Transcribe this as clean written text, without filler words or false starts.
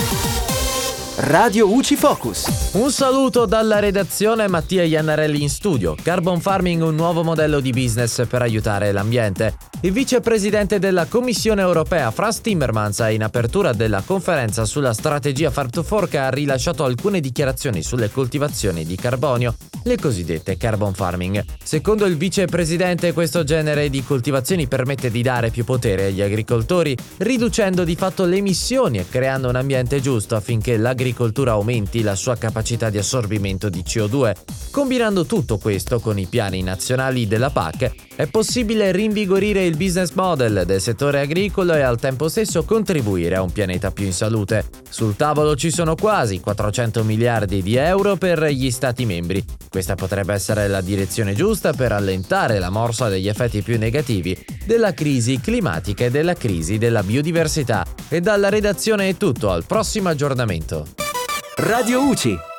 Radio UCI Focus. Un saluto dalla redazione, Mattia Iannarelli in studio. Carbon farming, un nuovo modello di business per aiutare l'ambiente. Il vicepresidente della Commissione europea, Frans Timmermans, in apertura della conferenza sulla strategia Farm to Fork ha rilasciato alcune dichiarazioni sulle coltivazioni di carbonio, le cosiddette carbon farming. Secondo il vicepresidente, questo genere di coltivazioni permette di dare più potere agli agricoltori, riducendo di fatto le emissioni e creando un ambiente giusto affinché l'agricoltura aumenti la sua capacità di assorbimento di CO2. Combinando tutto questo con i piani nazionali della PAC, è possibile rinvigorire il business model del settore agricolo e al tempo stesso contribuire a un pianeta più in salute. Sul tavolo ci sono quasi 400 miliardi di euro per gli Stati membri. Questa potrebbe essere la direzione giusta per allentare la morsa degli effetti più negativi della crisi climatica e della crisi della biodiversità. E dalla redazione è tutto, al prossimo aggiornamento. Radio UCI.